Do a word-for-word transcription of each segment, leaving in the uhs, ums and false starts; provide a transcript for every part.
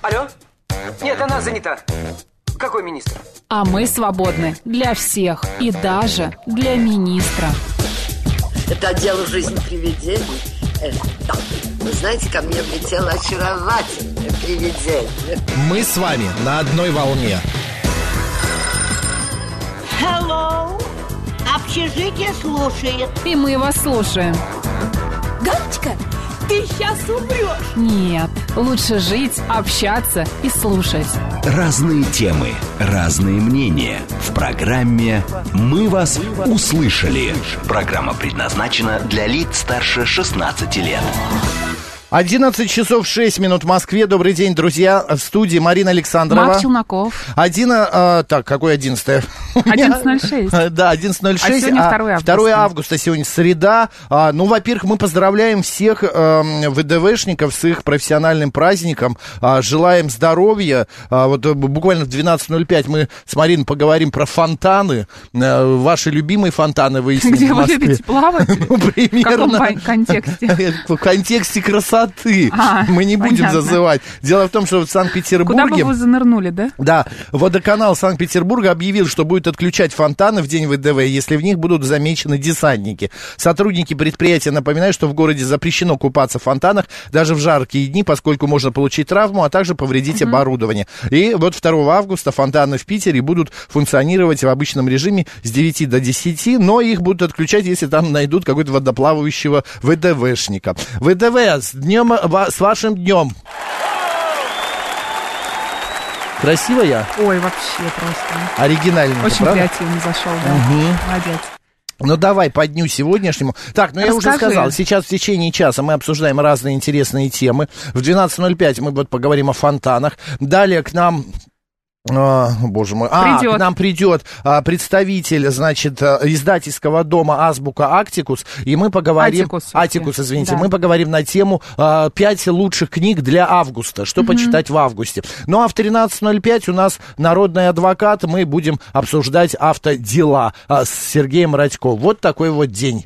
Алло? Нет, она занята. Какой министр? А мы свободны для всех и даже для министра. Это отдел «Жизнь привидений». Э, да. Вы знаете, ко мне влетело очаровательное привидение. Мы с вами на одной волне. Hello. Общежитие слушает. И мы вас слушаем. Галочка, ты сейчас умрешь. Нет, лучше жить, общаться и слушать. Разные темы, разные мнения. В программе «Мы вас услышали». Программа предназначена для лиц старше шестнадцати лет. одиннадцать часов шесть минут в Москве. Добрый день, друзья. В студии Марина Александрова. Марк Челноков. Один, а, так, какой одиннадцатое? одиннадцать ноль шесть. Да, одиннадцать ноль шесть. А сегодня второе августа. второе августа, сегодня среда. А, ну, во-первых, мы поздравляем всех а, ВДВшников с их профессиональным праздником. А, желаем здоровья. А, вот буквально в двенадцать ноль пять мы с Мариной поговорим про фонтаны. А, ваши любимые фонтаны выясним. Где вы любите плавать? Ну, примерно. В каком контексте? В контексте красоты. А, мы не будем понятно. зазывать. Дело в том, что в Санкт-Петербурге... Куда бы вы занырнули, да? Да, водоканал Санкт-Петербурга объявил, что будет отключать фонтаны в день ВДВ, если в них будут замечены десантники. Сотрудники предприятия напоминают, что в городе запрещено купаться в фонтанах даже в жаркие дни, поскольку можно получить травму, а также повредить uh-huh. оборудование. И вот второго августа фонтаны в Питере будут функционировать в обычном режиме с девяти до десяти, но их будут отключать, если там найдут какого-то водоплавающего ВДВшника. ВДВ, с днем, с вашим днем! Красиво я? Ой, вообще просто. Оригинально. Очень правда? креативно зашел, да. Угу. Молодец. Ну, давай по дню сегодняшнему. Так, ну я Расскажи. уже сказал, сейчас в течение часа мы обсуждаем разные интересные темы. В двенадцать ноль пять мы вот поговорим о фонтанах. Далее к нам... А, боже мой. А, придет. к нам придет а, представитель, значит, издательского дома «Азбука Аттикус», и мы поговорим... Аттикус, Аттикус, извините. да. Мы поговорим на тему а, пять лучших книг для августа. Что угу. почитать в августе. Ну, а в тринадцать ноль пять у нас народный адвокат. Мы будем обсуждать автодела а, с Сергеем Радько. Вот такой вот день.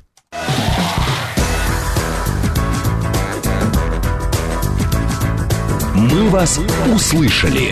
Мы вас услышали.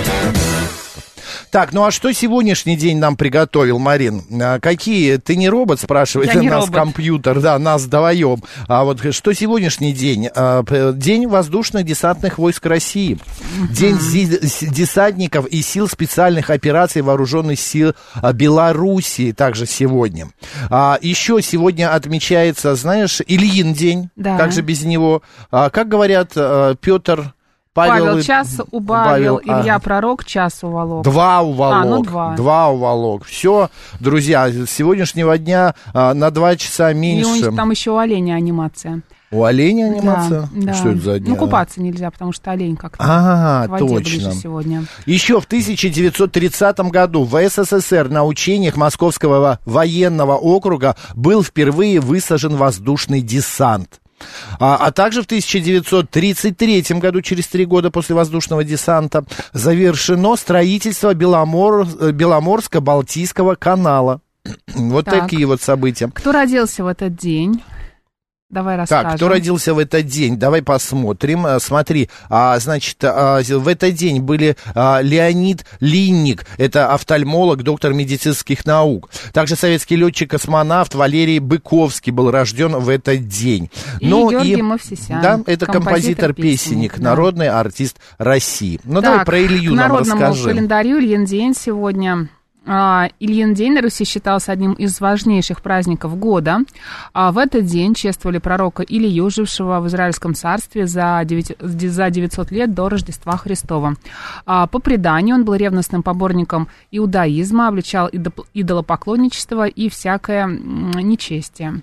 Так, ну а что сегодняшний день нам приготовил, Марин? А, какие? Ты не робот, спрашивает Я не нас робот. Компьютер, да, нас вдвоем. А вот что сегодняшний день? А, день воздушных десантных войск России. Uh-huh. День зи- десантников и сил специальных операций вооруженных сил Белоруссии также сегодня. А, еще сегодня отмечается, знаешь, Ильин день. Да. Как же без него? А, как говорят, Петр... Павел, Павел час убавил, убавил, Илья а, пророк час уволок. Два уволок. А, ну два. Два уволок. Все, друзья, с сегодняшнего дня а, на два часа меньше. И у них там еще у оленя анимация. У оленя анимация? Да, Что да. это за дня? Ну, купаться нельзя, потому что олень как-то а, в воде точно. ближе сегодня. Еще в тысяча девятьсот тридцатом году в СССР на учениях Московского военного округа был впервые высажен воздушный десант. А, а также в тысяча девятьсот тридцать третьем году, через три года после воздушного десанта, завершено строительство Беломор... Беломорско-Балтийского канала. Вот так. Такие вот события. Кто родился в этот день? Давай расскажем. Так, кто родился в этот день? Давай посмотрим. Смотри, а, значит, а, в этот день были а, Леонид Линник, это офтальмолог, доктор медицинских наук. Также советский летчик-космонавт Валерий Быковский был рожден в этот день. И ну, Георгий и, Мовсисян. Да, это композитор-песенник, да. народный артист России. Ну, так, давай про Илью нам расскажи. К народному календарю Ильин день сегодня... Ильин день на Руси считался одним из важнейших праздников года. В этот день чествовали пророка Илью, жившего в Израильском царстве за девятьсот лет до Рождества Христова. По преданию, он был ревностным поборником иудаизма, обличал идолопоклонничество и всякое нечестие.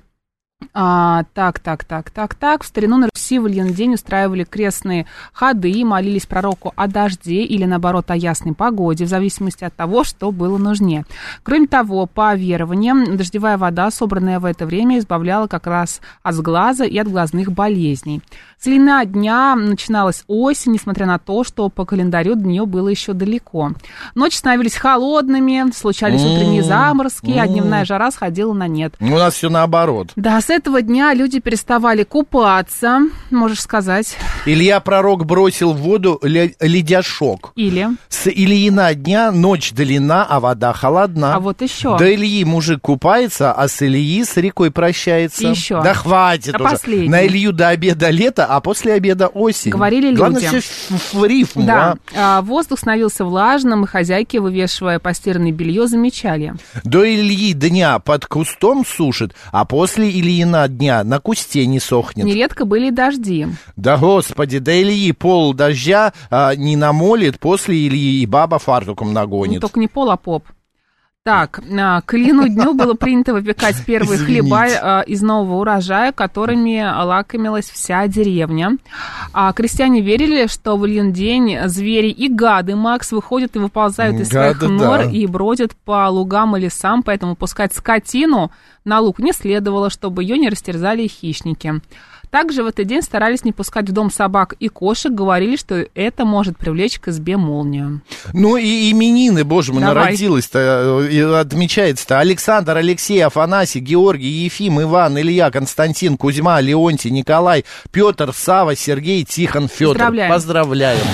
А, так, так, так, так, так. В старину на Руси в Ильин день устраивали крестные ходы и молились пророку о дожде или, наоборот, о ясной погоде, в зависимости от того, что было нужнее. Кроме того, по верованиям, дождевая вода, собранная в это время, избавляла как раз от сглаза и от глазных болезней. Длина дня начиналась осень, несмотря на то, что по календарю до нее было еще далеко. Ночи становились холодными, случались утренние заморозки, а дневная жара сходила на нет. У нас все наоборот. Да, с этого дня люди переставали купаться, можешь сказать. Илья Пророк бросил в воду ле- ледяшок. Или? С Ильина дня ночь длина, а вода холодна. А вот еще. До Ильи мужик купается, а с Ильи с рекой прощается. И еще. Да хватит А уже. последний. На Илью до обеда лето, а после обеда осень. Говорили Главное, люди. все в, в рифму. Да, А? а, воздух становился влажным, и хозяйки, вывешивая постиранное белье, замечали. До Ильи дня под кустом сушит, а после Ильина дня на кусте не сохнет. Нередко были и дожди. Да господи, до Ильи пол дождя а, не намолит, после Ильи и баба фартуком нагонит. Ну, только не пол, а поп. Так, а, к Ильину дню было принято выпекать первые Извините. хлеба а, из нового урожая, которыми лакомилась вся деревня. А крестьяне верили, что в Ильин день звери и гады, Макс, выходят и выползают из Гады, своих нор да. и бродят по лугам и лесам, поэтому пускать скотину на луг не следовало, чтобы ее не растерзали хищники. Также в этот день старались не пускать в дом собак и кошек, говорили, что это может привлечь к избе молнию. Ну и именины, боже мой, Давай. народилось-то, и отмечается-то. Александр, Алексей, Афанасий, Георгий, Ефим, Иван, Илья, Константин, Кузьма, Леонтий, Николай, Петр, Сава, Сергей, Тихон, Федор. Поздравляем. Поздравляем.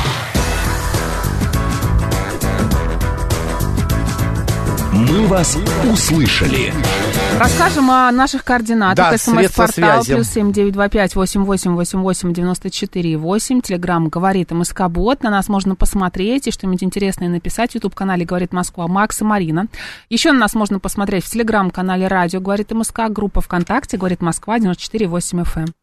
«Мы вас услышали». Расскажем о наших координатах. Да, средства СМС-портал связи. плюс семь девять два пять восемь восемь восемь восемь девяносто четыре восемь. Телеграмм «Говорит МСК-бот». На нас можно посмотреть и что-нибудь интересное написать. В ютуб-канале «Говорит Москва» Макс и Марина. Еще на нас можно посмотреть в телеграм-канале «Радио Говорит МСК». Группа ВКонтакте «Говорит Москва» девяносто четыре восемь эф эм.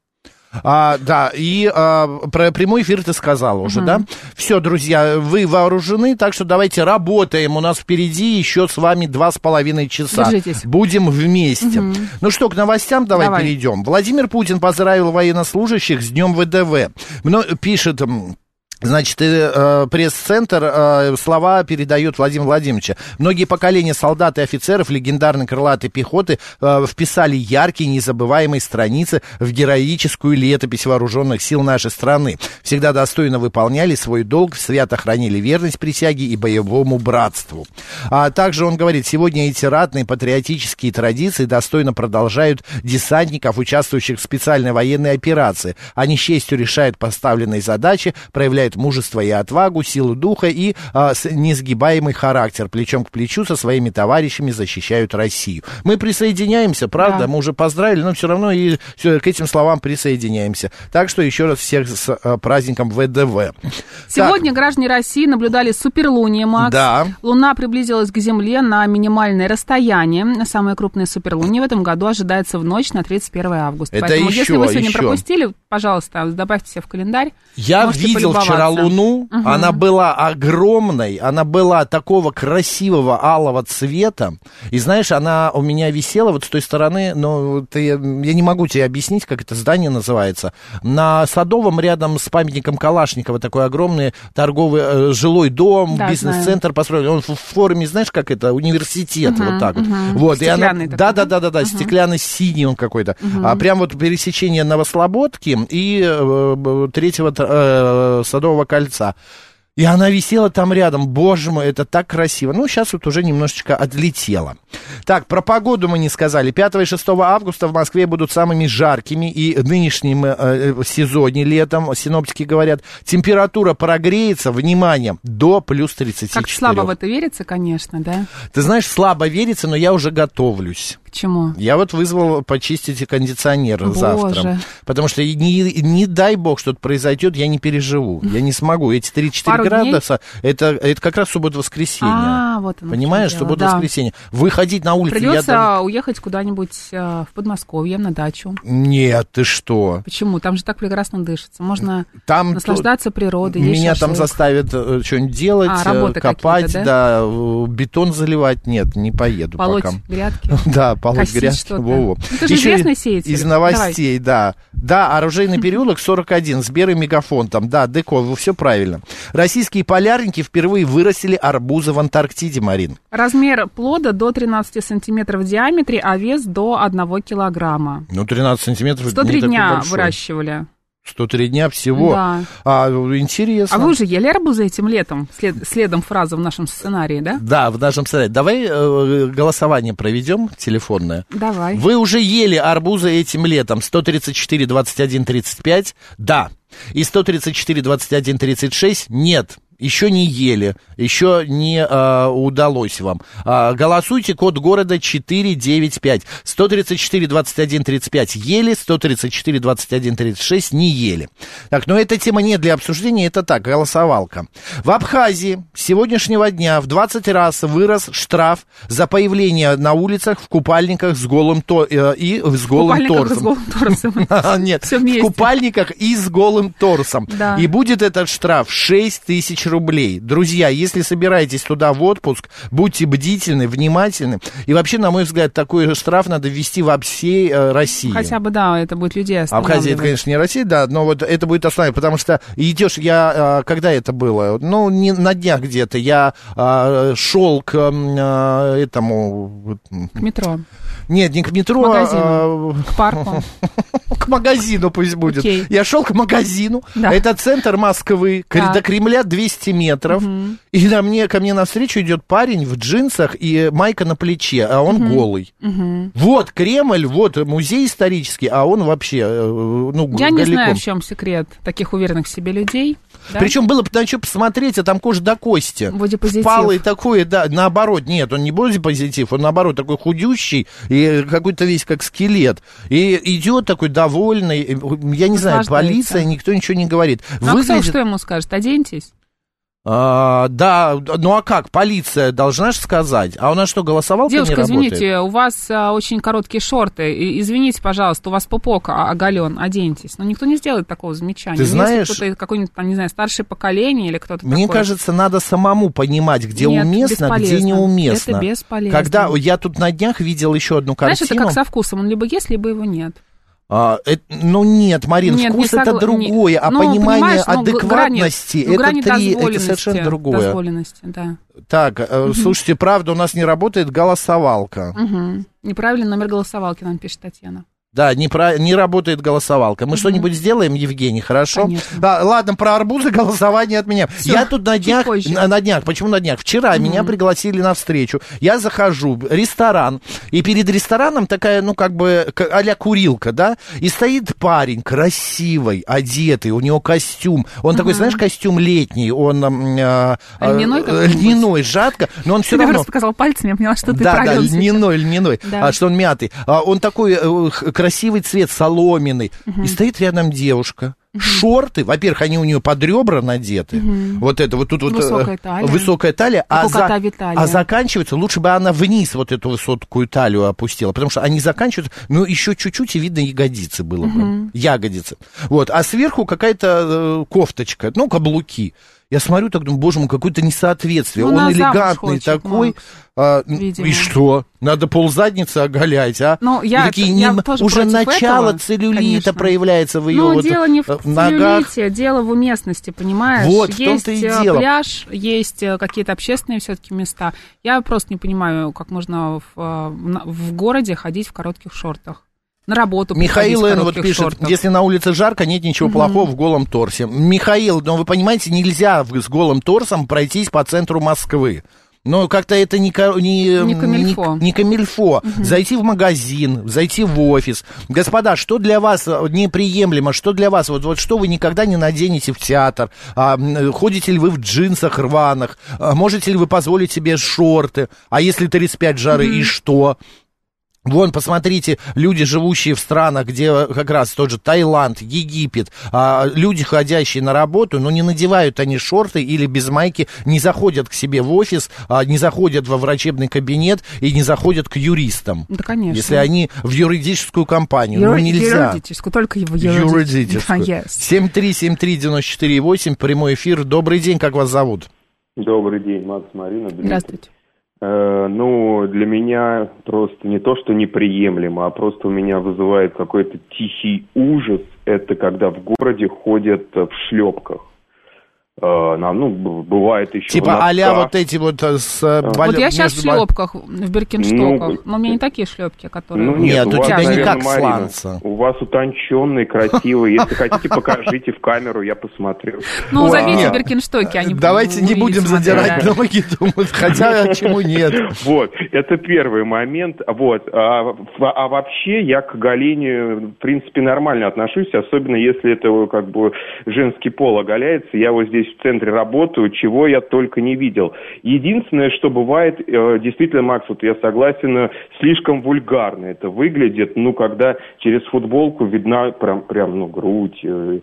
А, да, и а, про прямой эфир ты сказала уже, uh-huh. да? Все, друзья, вы вооружены, так что давайте работаем. У нас впереди еще с вами два с половиной часа. Держитесь. Будем вместе. Uh-huh. Ну что, к новостям давай, давай перейдем. Владимир Путин поздравил военнослужащих с Днем ВДВ. Мно, пишет... Значит, э, пресс-центр э, слова передает Владимир Владимирович. Многие поколения солдат и офицеров легендарной крылатой пехоты э, вписали яркие, незабываемые страницы в героическую летопись вооруженных сил нашей страны. Всегда достойно выполняли свой долг, свято хранили верность присяге и боевому братству. А также он говорит, сегодня эти ратные патриотические традиции достойно продолжают десантников, участвующих в специальной военной операции. Они с честью решают поставленные задачи, проявляют мужество и отвагу, силу духа и а, несгибаемый характер. Плечом к плечу со своими товарищами защищают Россию. Мы присоединяемся, правда? Да. Мы уже поздравили, но все равно и все, к этим словам присоединяемся. Так что еще раз всех с а, праздником ВДВ. Сегодня так. граждане России наблюдали суперлуние, Макс. Да. Луна приблизилась к Земле на минимальное расстояние. Самое крупное суперлуние в этом году ожидается в ночь на тридцать первое августа. Это Поэтому, еще, если вы сегодня еще. пропустили, пожалуйста, добавьте себе в календарь. Я видел вчера Луну, угу. Она была огромной, она была такого красивого алого цвета, и знаешь, она у меня висела вот с той стороны, но ты, я не могу тебе объяснить, как это здание называется, на Садовом рядом с памятником Калашникова такой огромный торговый э, жилой дом, да, бизнес-центр построен, он в форме, знаешь, как это, университет, угу, вот так угу. вот. вот и она, да, да, да, да, да, угу. стеклянно-синий он какой-то, угу. а прям вот пересечение Новослободки и э, третьего э, Садового кольца. И она висела там рядом. Боже мой, это так красиво. Ну, сейчас вот уже немножечко отлетела. Так, про погоду мы не сказали. пятого и шестого августа в Москве будут самыми жаркими и нынешнем э, сезоне летом, синоптики говорят. Температура прогреется, внимание, до плюс тридцати четырёх. Как слабо в это верится, конечно, да? Ты знаешь, слабо верится, но я уже готовлюсь. К чему? Я вот вызвал почистить кондиционер Боже. завтра. Потому что не, не дай бог что-то произойдет, я не переживу. Я не смогу. Эти три-четыре градуса, это, это как раз суббота-воскресенье. А, вот оно. Понимаешь, суббота-воскресенье. Да. Выходить на улицу... Придется я... уехать куда-нибудь в Подмосковье, на дачу. Нет, ты что? Почему? Там же так прекрасно дышится. Можно там наслаждаться природой. Меня шашлык. Там заставят что-нибудь делать, а, копать, да? да, бетон заливать. Нет, не поеду полоть пока. Грядки. Да, полоть грядки. Ну, ты же Еще известный сеятель. Из новостей, Давай. да. Да, оружейный переулок сорок один, Сбер и Мегафон там, да, Деко, все правильно. Российские полярники впервые вырастили арбузы в Антарктиде, Марин. Размер плода до тринадцати сантиметров в диаметре, а вес до одного килограмма. Ну, тринадцать сантиметров сто три не дня такой большой. выращивали. сто три дня всего. Да. А, интересно. А вы уже ели арбузы этим летом? След, следом фраза в нашем сценарии, да? Да, в нашем сценарии. Давай э, голосование проведем телефонное. Давай. Вы уже ели арбузы этим летом? сто тридцать четыре двадцать один тридцать пять? Да. И сто тридцать четыре двадцать один тридцать шесть? Нет. Еще не ели, еще не а, удалось вам. А, голосуйте, код города четыре девять пять. сто тридцать четыре двадцать один тридцать пять ели, сто тридцать четыре двадцать один тридцать шесть не ели. Так, но эта тема не для обсуждения, это так, голосовалка. В Абхазии с сегодняшнего дня в двадцать раз вырос штраф за появление на улицах в купальниках с голым то, э, и с голым торсом. с голым торсом. Нет, в купальниках и с голым торсом. И будет этот штраф шесть тысяч рублей. Друзья, если собираетесь туда в отпуск, будьте бдительны, внимательны. И вообще, на мой взгляд, такой штраф надо ввести во всей э, России. Хотя бы, да, это будет людей останавливать. Абхазия, это, конечно, не Россия, да, но вот это будет останавливать, потому что идешь, я, э, когда это было? Ну, не на днях где-то, я э, шел к э, этому... К метро. Нет, не к метро, к магазину, а... к парку. К магазину пусть будет. Okay. Я шел к магазину, да. Это центр Москвы, да. До Кремля двести метров, угу. И на мне, ко мне навстречу идет парень в джинсах и майка на плече, а он угу. голый. Угу. Вот Кремль, вот музей исторический, а он вообще, ну, Я голиком. Не знаю, в чем секрет таких уверенных в себе людей. Да? Причем было бы на что посмотреть, а там кожа до кости. Бодипозитив. Впалый такой, да, наоборот, нет, он не бодипозитив, он наоборот такой худющий и какой-то весь как скелет. И идет такой довольный, я не знаю, полиция, никто ничего не говорит. Ну, Выглядит... а кто, что ему скажет? Оденьтесь. А, да, ну а как? Полиция должна же сказать. А у нас что, голосовалка Девушка, не работает? Девушка, извините, у вас а, очень короткие шорты. И, извините, пожалуйста, у вас пупок оголен, оденьтесь. Но никто не сделает такого замечания. Ты знаешь... Если кто-то какое-нибудь, там, не знаю, старшее поколение или кто-то Мне такой. кажется, надо самому понимать, где Нет, уместно, бесполезно. где неуместно. Это бесполезно. Когда я тут на днях видел еще одну картину. Знаешь, это как со вкусом. Он либо есть, либо его нет. А, это, ну нет, Марин, нет, вкус это согла... другое, а ну, понимание адекватности ну, это, три, это совершенно другое. Дозволенности, да. Так, угу. Слушайте, правда, у нас не работает голосовалка. Угу. Неправильный номер голосовалки, нам пишет Татьяна. Да, не, про, не работает голосовалка. Мы mm-hmm. что-нибудь сделаем, Евгений, хорошо? Да, ладно, про арбузы голосование от меня. Всё, я тут на днях, на, на днях, почему на днях? Вчера mm-hmm. меня пригласили на встречу. Я захожу в ресторан, и перед рестораном такая, ну, как бы, а-ля курилка, да? И стоит парень красивый, одетый, у него костюм. Он mm-hmm. такой, знаешь, костюм летний, он... Э, э, льняной, э, льняной, жадко, но он все равно... Я просто показал пальцем, я поняла, что ты да, правил. Да, да, льняной, льняной, да. а, что он мятый. А, он такой... Э, красивый цвет, соломенный. Uh-huh. И стоит рядом девушка. Uh-huh. Шорты, во-первых, они у нее под ребра надеты. Uh-huh. Вот это вот тут вот высокая талия. Высокая талия, а, за, а заканчивается, лучше бы она вниз вот эту высокую талию опустила, потому что они заканчиваются, ну, еще чуть-чуть, и видно ягодицы было бы. Uh-huh. Ягодицы. Вот. А сверху какая-то э, кофточка, ну, каблуки. Я смотрю, так думаю, боже мой, какое-то несоответствие. Ну, он элегантный хочет, такой. А, и что? Надо ползадницы оголять, а? Ну, я, такие, я не, тоже уже начало этого, целлюлита конечно. Проявляется в ее ну, вот дело не в ногах. целлюлите, дело в уместности, понимаешь? Вот, в есть том-то и дело. Пляж, есть какие-то общественные все-таки места. Я просто не понимаю, как можно в, в городе ходить в коротких шортах. На работу Михаил Н. вот пишет, шортах. Если на улице жарко, нет ничего угу. плохого в голом торсе. Михаил, ну вы понимаете, нельзя с голым торсом пройтись по центру Москвы. Но как-то это не, не, не камильфо. Не, не камильфо. Угу. Зайти в магазин, зайти в офис. Господа, что для вас неприемлемо, что для вас, вот, вот что вы никогда не наденете в театр? А, ходите ли вы в джинсах рваных? А, можете ли вы позволить себе шорты? А если тридцать пять жары, угу. и что? Вон, посмотрите, люди, живущие в странах, где как раз тот же Таиланд, Египет, а, люди, ходящие на работу, но не надевают они шорты или без майки, не заходят к себе в офис, а, не заходят во врачебный кабинет и не заходят к юристам. Да, конечно. Если они в юридическую компанию, Юр... ну нельзя. Юридическую, только его юридическую. Юридическую. Да, yes. семь три семь три девять четыре восемь, прямой эфир. Добрый день, как вас зовут? Добрый день, Макс, Марина. Дмитрий. Здравствуйте. Ну, для меня просто не то, что неприемлемо, а просто у меня вызывает какой-то тихий ужас. Это когда в городе ходят в шлепках. Ну, бывает еще типа а-ля вот эти вот с... А. Вот я сейчас в шлепках, в биркенштоках, ну, но у меня не такие шлепки, которые... Ну, нет, нет, у, у вас, тебя наверное, не как Марина, сланца. У вас утонченные, красивые. Если хотите, покажите в камеру, я посмотрю. Ну, забейте биркенштоки, они... Давайте не будем задирать ноги, хотя чему нет. Вот, это первый момент. Вот, а вообще я к Галине, в принципе, нормально отношусь, особенно если это как бы женский пол оголяется. Я вот здесь в центре работаю, чего я только не видел. Единственное, что бывает, действительно, Макс, вот я согласен, слишком вульгарно это выглядит, ну, когда через футболку видна прям, прям ну, грудь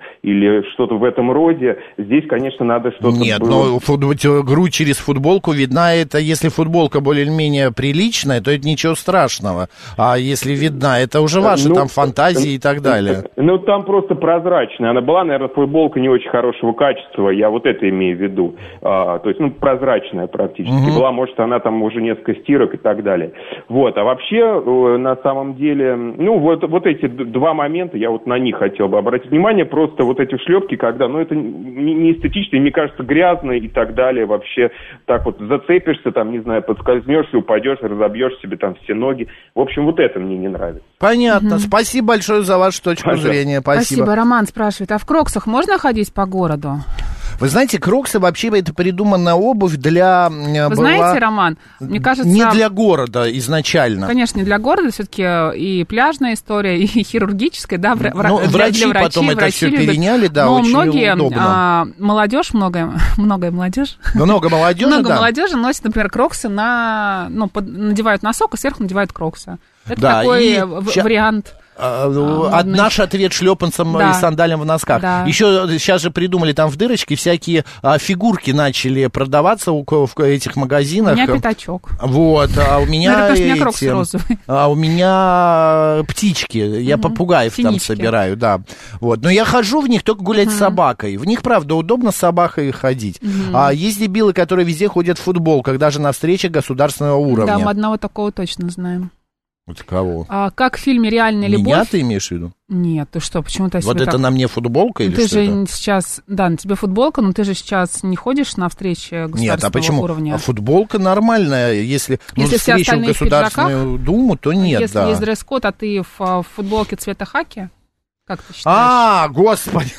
или что-то в этом роде. Здесь, конечно, надо что-то... Нет, было... но фут... грудь через футболку видна, это если футболка более-менее приличная, то это ничего страшного. А если видна, это уже ваши ну, там фантазии и так далее. Ну, там просто прозрачная. Она была, наверное, футболка не очень хорошего качества, я вот это имею в виду. А, то есть, ну, прозрачная практически угу. была, может, она там уже несколько стирок и так далее. Вот, а вообще, на самом деле, ну, вот, вот эти два момента, я вот на них хотел бы обратить внимание, просто вот эти шлепки, когда, ну, это не эстетично, и, мне кажется, грязно и так далее, вообще, так вот зацепишься, там, не знаю, подскользнешься, упадешь, разобьешь себе там все ноги. В общем, вот это мне не нравится. Понятно. Угу. Спасибо большое за вашу точку Пожалуйста. зрения. Спасибо. Спасибо. Роман спрашивает, а в кроксах можно ходить по городу? Вы знаете, кроксы вообще это придуманная обувь для... Вы была... знаете, Роман, мне кажется... Не для города изначально. Конечно, не для города, все-таки и пляжная история, и хирургическая, да, в, ну, для, врачи для врачей, потом врачи это все любят. переняли, да, но очень многие, удобно. А, молодежь, многое, многое молодежь. Много молодежи, Много да. молодежи носит, например, кроксы на... Ну, под, надевают носок, а сверху надевают кроксы. Это да, такой и... вариант... А, наш ответ шлепанцам да. и сандалям в носках. Да. Еще сейчас же придумали там в дырочке всякие а, фигурки начали продаваться у, в этих магазинах. У меня пятачок. Вот, а у меня эти, эти, а у меня птички, я угу. попугаев Синички. Там собираю, да. Вот, но я хожу в них только гулять угу. с собакой. В них, правда, удобно с собакой ходить. Угу. А есть дебилы, которые везде ходят в футболках, даже на встречах государственного уровня. Да, мы одного такого точно знаем. Вот кого? А, как в фильме «Реальная любовь». Меня ты имеешь в виду? Нет, ты что, почему ты Вот это так... на мне футболка или ты что это? Ты же сейчас, да, на тебе футболка, но ты же сейчас не ходишь на встречи государственного Нет, а почему? уровня. А футболка нормальная, если, если ну, встречу в Государственную Думу, то нет, если да. Если есть дресс-код, а ты в, в футболке цвета хаки, как ты считаешь? А, господи,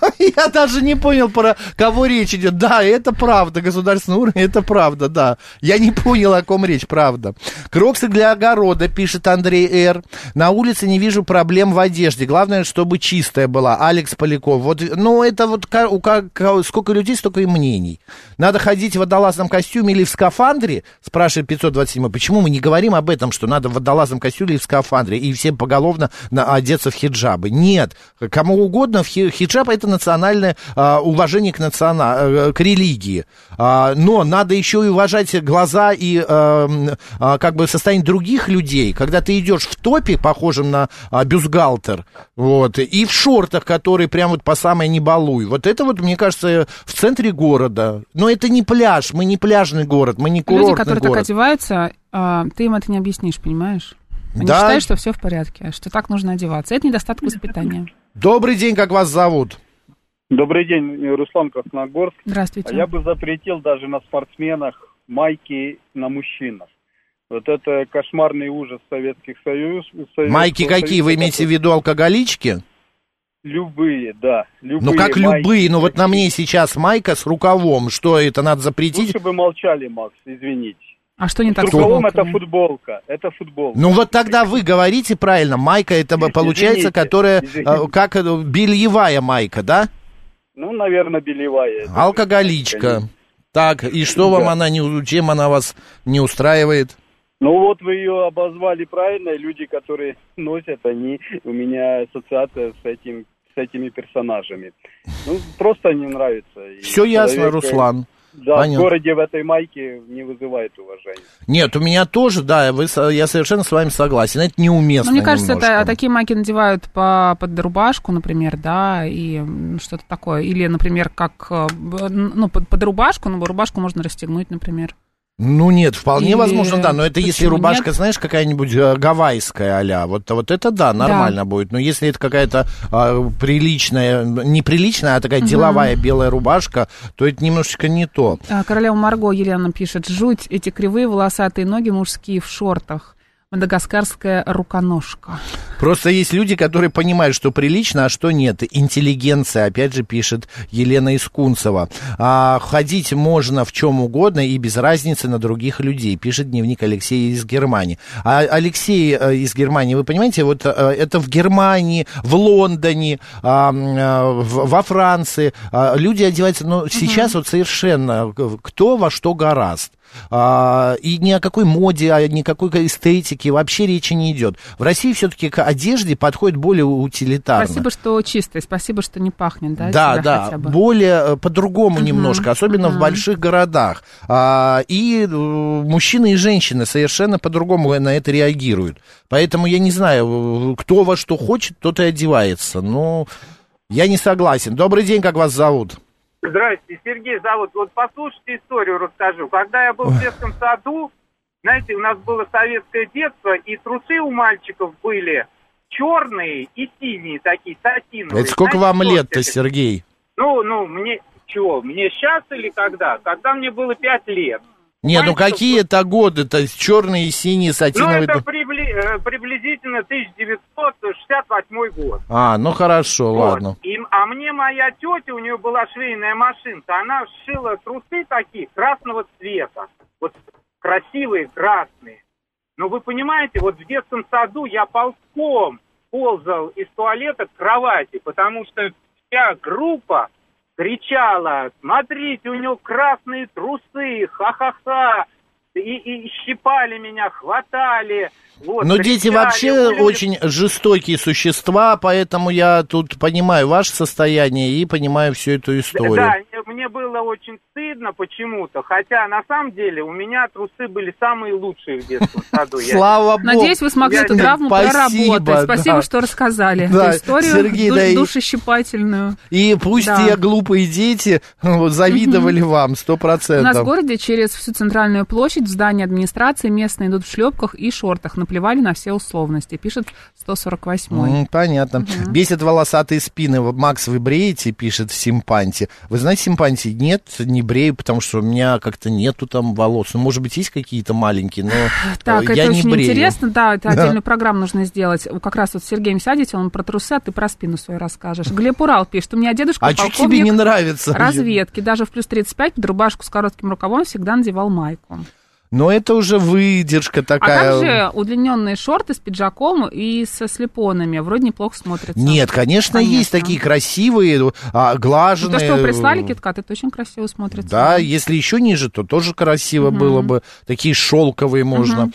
я даже не понял, про кого речь идет. Да, это правда, государственный уровень, это правда, да. Я не понял, о ком речь, правда. Кроксы для огорода, пишет Андрей Р. На улице не вижу проблем в одежде. Главное, чтобы чистая была. Алекс Поляков. Вот, ну, это вот у как, сколько людей, столько и мнений. Надо ходить в водолазном костюме или в скафандре, спрашивает пятьсот двадцать семь. Почему мы не говорим об этом, что надо в водолазном костюме или в скафандре, и все поголовно одеться в хиджабы? Нет. Кому угодно, хиджаб это национальное а, уважение к, национа, к религии. А, но надо еще и уважать глаза и а, а, как бы состояние других людей. Когда ты идешь в топе, похожем на а, бюстгальтер, вот, и в шортах, которые прям вот по самой не балуй. Вот это вот, мне кажется, в центре города. Но это не пляж, мы не пляжный город, мы не курортный Люди, которые город. так одеваются, а, ты им это не объяснишь, понимаешь? Они да. считают, что все в порядке, что так нужно одеваться. Это недостаток воспитания. Добрый день, как вас зовут? Добрый день, Руслан, Красногорск. Здравствуйте. А я бы запретил даже на спортсменах майки на мужчинах. Вот это кошмарный ужас Советских Союз. Майки какие? Вы имеете в виду алкоголички? Любые, да. Любые ну как майки, любые? Ну вот какие. На мне сейчас майка с рукавом. Что это надо запретить? Лучше бы молчали, Макс, извините. А что не так с рукавом? Это футболка, это футболка. Ну вот тогда вы говорите правильно, майка это получается, извините, которая, извините. Как бельевая майка, да? Ну, наверное, бельевая. Алкоголичка. Конечно. Так, и что да. вам она, не, чем она вас не устраивает? Ну вот вы ее обозвали правильно, люди, которые носят, они, у меня ассоциация с этим, с этими персонажами. Ну, просто не нравится. Все ясно, Руслан. Да, понятно. В городе в этой майке не вызывает уважения. Нет, у меня тоже, да, вы, я совершенно с вами согласен. Это неуместно. Но мне кажется, немножко. это, такие майки надевают по, под рубашку, например, да, и что-то такое. Или, например, как, ну, под, под рубашку, но рубашку можно расстегнуть, например. Ну нет, вполне Или... возможно, да, но это Почему если рубашка, нет? знаешь, какая-нибудь э, гавайская а-ля, вот, вот это да, нормально да. будет, но если это какая-то э, приличная, не приличная, а такая угу. деловая белая рубашка, то это немножечко не то. Королева Марго Елена пишет, жуть, эти кривые волосатые ноги мужские в шортах. Мадагаскарская руконожка. Просто есть люди, которые понимают, что прилично, а что нет. Интеллигенция, опять же, пишет Елена Искунцева. А, ходить можно в чем угодно и без разницы на других людей, пишет дневник Алексея из Германии. А Алексей из Германии, вы понимаете, вот это в Германии, в Лондоне, во Франции люди одеваются, но сейчас угу. вот совершенно кто во что горазд. А, и ни о какой моде, о никакой эстетике вообще речи не идет. В России все-таки к одежде подходит более утилитарно. Спасибо, что чистое, спасибо, что не пахнет, да? Да, да, хотя бы. Более по-другому uh-huh. немножко, особенно uh-huh. в больших городах. А, и мужчины и женщины совершенно по-другому на это реагируют. Поэтому я не знаю, кто во что хочет, тот и одевается. Но я не согласен. Добрый день, как вас зовут? Здрасте, Сергей зовут. Вот послушайте историю, расскажу. Когда я был в детском саду, знаете, у нас было советское детство, и трусы у мальчиков были черные и синие такие, сатиновые. Это сколько знаете, вам лет-то, Сергей? Ну, ну, мне, чего, мне сейчас или когда? Когда мне было пять лет. Не, ну какие это годы, то есть черные и синие сатиновые? Ну, это прибли... приблизительно тысяча девятьсот шестьдесят восьмой год. А, ну хорошо, вот. Ладно. И, а мне моя тетя, у нее была швейная машинка, она сшила трусы такие красного цвета. Вот красивые, красные. Но вы понимаете, вот в детском саду я ползком ползал из туалета к кровати, потому что вся группа кричала: смотрите, у него красные трусы, ха-ха-ха, и, и щипали меня, хватали. Вот, но кричали, дети вообще ули... очень жестокие существа, поэтому я тут понимаю ваше состояние и понимаю всю эту историю. Да, мне было очень стыдно почему-то, хотя на самом деле у меня трусы были самые лучшие в детском саду. Слава Богу. Надеюсь, вы смогли эту травму проработать. Спасибо, что рассказали эту историю душещипательную. И пусть те глупые дети завидовали вам, сто процентов. У нас в городе через всю центральную площадь в здании администрации местные идут в шлепках и шортах. Наплевали на все условности, пишет сто сорок восьмой. Mm, понятно. Uh-huh. Бесит волосатые спины. Макс, вы бреете, пишет в Симпанте. Вы знаете, Симпанте? Нет, не брею, потому что у меня как-то нету там волос. Ну, может быть, есть какие-то маленькие, но так, я это не очень брею. Интересно, да, это отдельную программу нужно сделать. Как раз вот с Сергеем сядете, он про трусы, а ты про спину свою расскажешь. Глеб Урал пишет, у меня дедушка а полковник что тебе не нравится? разведки. Даже в плюс тридцать пять под рубашку с коротким рукавом всегда надевал майку. Но это уже выдержка такая. А как же удлиненные шорты с пиджаком и со слепонами? Вроде неплохо смотрятся. Нет, конечно, конечно. Есть такие красивые, глаженные. Ну, то, что вы прислали, киткат, это очень красиво смотрится. Да, да, если еще ниже, то тоже красиво угу. было бы. Такие шелковые можно.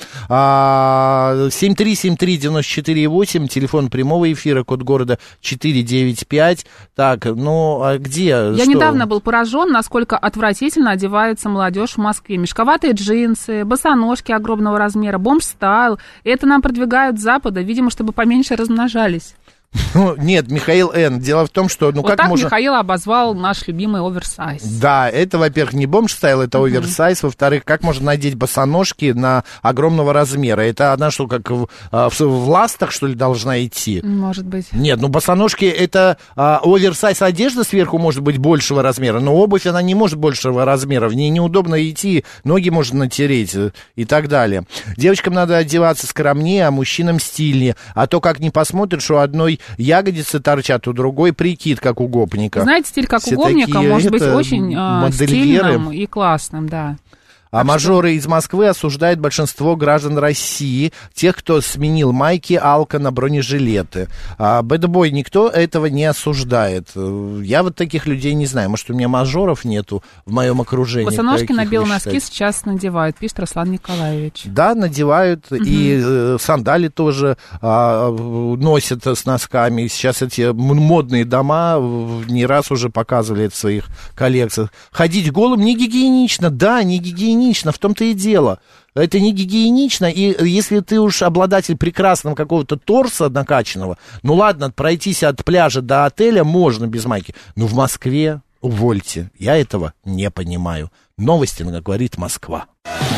Угу. семь три семь три девять четыре восемь, телефон прямого эфира, код города четыре девять пять. Так, ну, а где? Я что? недавно был поражен, насколько отвратительно одевается молодежь в Москве. Мешковатые джинсы, босоножки огромного размера, бомж-стайл. И это нам продвигают с Запада, видимо, чтобы поменьше размножались. Ну, нет, Михаил Н. Дело в том, что... Ну, вот как так можно... Михаил обозвал наш любимый оверсайз. Да, это, во-первых, не бомж-стайл, это uh-huh. оверсайз. Во-вторых, как можно надеть босоножки на огромного размера? Это она что, как в, в, в ластах, что ли, должна идти? Может быть. Нет, ну босоножки, это а, оверсайз одежда сверху может быть большего размера, но обувь, она не может большего размера. В ней неудобно идти, ноги можно натереть и так далее. Девочкам надо одеваться скромнее, а мужчинам стильнее. А то, как не посмотришь, у одной ягодицы торчат, у другой прикид, как у гопника. Знаете, стиль как все у гопника такие, может быть это, очень э, стильным и классным, да. А так мажоры что... из Москвы осуждают большинство граждан России, тех, кто сменил майки Алка на бронежилеты. А бэдбой никто этого не осуждает. Я вот таких людей не знаю. Может, у меня мажоров нету в моем окружении. Босоножки на белые носки сейчас надевают, пишет Руслан Николаевич. Да, надевают. Угу. И э, сандали тоже э, носят с носками. Сейчас эти модные дома не раз уже показывали это в своих коллекциях. Ходить голым не гигиенично. Да, не гигиенично. В том-то и дело. Это не гигиенично, и если ты уж обладатель прекрасного какого-то торса накачанного, ну ладно, пройтись от пляжа до отеля можно без майки, но в Москве, увольте, я этого не понимаю. Новости, говорит Москва.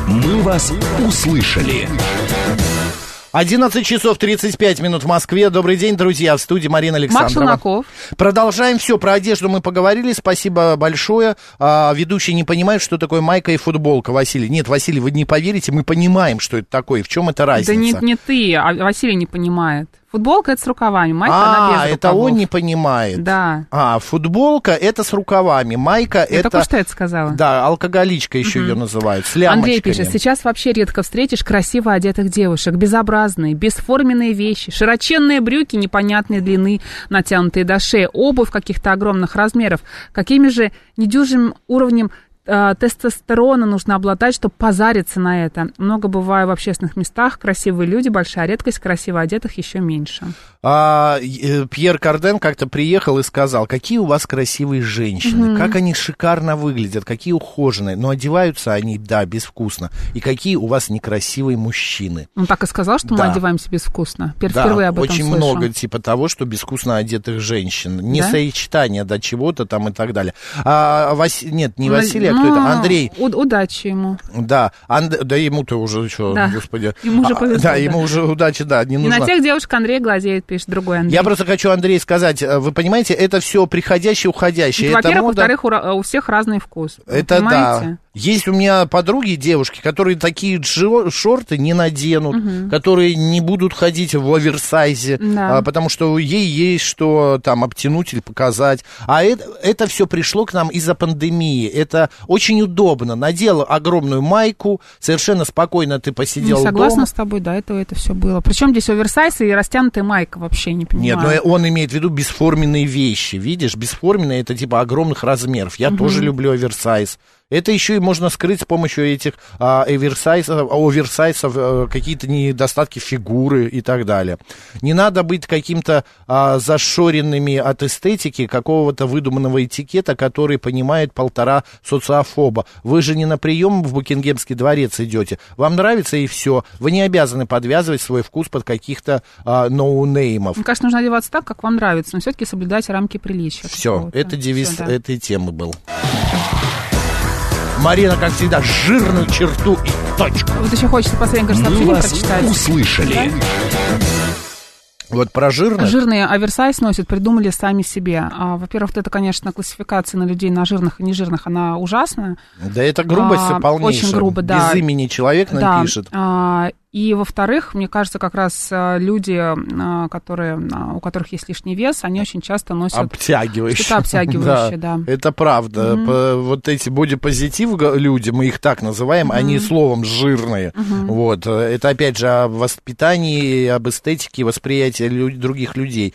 Мы вас услышали. одиннадцать часов тридцать пять минут в Москве. Добрый день, друзья. В студии Марина Александрова. Макс Шунаков. Продолжаем все. Про одежду мы поговорили. Спасибо большое. А, ведущий не понимает, что такое майка и футболка, Василий. Нет, Василий, вы не поверите, мы понимаем, что это такое. В чем это разница? Да не, не ты, а Василий не понимает. Футболка — это с рукавами, майка а, она без рукавов. это он не понимает. Да. А, футболка — это с рукавами, майка — Я это... только что это сказала. Да, алкоголичка еще угу. ее называют, с лямочками. Андрей пишет, сейчас вообще редко встретишь красиво одетых девушек, безобразные, бесформенные вещи, широченные брюки непонятной длины, натянутые до шеи, обувь каких-то огромных размеров. Какими же недюжим уровнем тестостерона нужно обладать, чтобы позариться на это. Много бываю в общественных местах, красивые люди, большая редкость, красиво одетых еще меньше. А, Пьер Карден как-то приехал и сказал, какие у вас красивые женщины, угу. как они шикарно выглядят, какие ухоженные, но одеваются они, да, безвкусно. И какие у вас некрасивые мужчины. Он так и сказал, что да. мы одеваемся безвкусно. Впервые да, об этом очень слышу. много типа того, что безвкусно одетых женщин. Не да? сочетание до чего-то там и так далее. А, Вас... Нет, не Василий, а кто это? Андрей. У- удачи ему. Да, Анд... да ему-то уже что, да. господи. Ему уже повезло. А, да, да, ему уже удачи, да, не нужно. И на тех девушек Андрей глазеет, пишет другой Андрей. Я просто хочу, Андрей, сказать, вы понимаете, это все приходящее, уходящее. Это, во-первых, мода... во-вторых, у, у всех разный вкус. Это да. Есть у меня подруги, девушки, которые такие джо- шорты не наденут, угу. которые не будут ходить в оверсайзе, да. а, потому что ей есть что там обтянуть или показать. А это, это все пришло к нам из-за пандемии. Это очень удобно. Надела огромную майку, совершенно спокойно ты посидел дома. Согласна с тобой, да, это, это все было. Причем здесь оверсайз и растянутая майка, вообще не понимаю. Нет, но он имеет в виду бесформенные вещи. Видишь, бесформенные — это типа огромных размеров. Я угу. тоже люблю оверсайз. Это еще и можно скрыть с помощью этих а, оверсайзов, оверсайзов а, какие-то недостатки фигуры и так далее. Не надо быть каким-то а, зашоренными от эстетики какого-то выдуманного этикета, который понимает полтора социофоба. Вы же не на прием в Букингемский дворец идете. Вам нравится и все. Вы не обязаны подвязывать свой вкус под каких-то а, ноунеймов. Мне кажется, нужно одеваться так, как вам нравится, но все-таки соблюдать рамки приличия. Все, это девиз Всё, да. этой темы был. Марина, как всегда, жирную черту и точку. Вот еще хочется последнее сообщение прочитать. Мы вас услышали. Да? Вот про жирных. Жирные оверсайз носят, придумали сами себе. А, во-первых, вот это, конечно, классификация на людей, на жирных и нежирных, она ужасная. Да это грубость а, полнейшая. Очень грубо, да. Без имени человек нам да. пишет. А, и, во-вторых, мне кажется, как раз люди, которые, у которых есть лишний вес, они очень часто носят... Обтягивающие. Что-то обтягивающее, да. да. Это правда. Mm-hmm. По, вот эти бодипозитив люди, мы их так называем, mm-hmm. они словом жирные. Mm-hmm. Вот. Это, опять же, о воспитании, об эстетике, восприятии люд, других людей.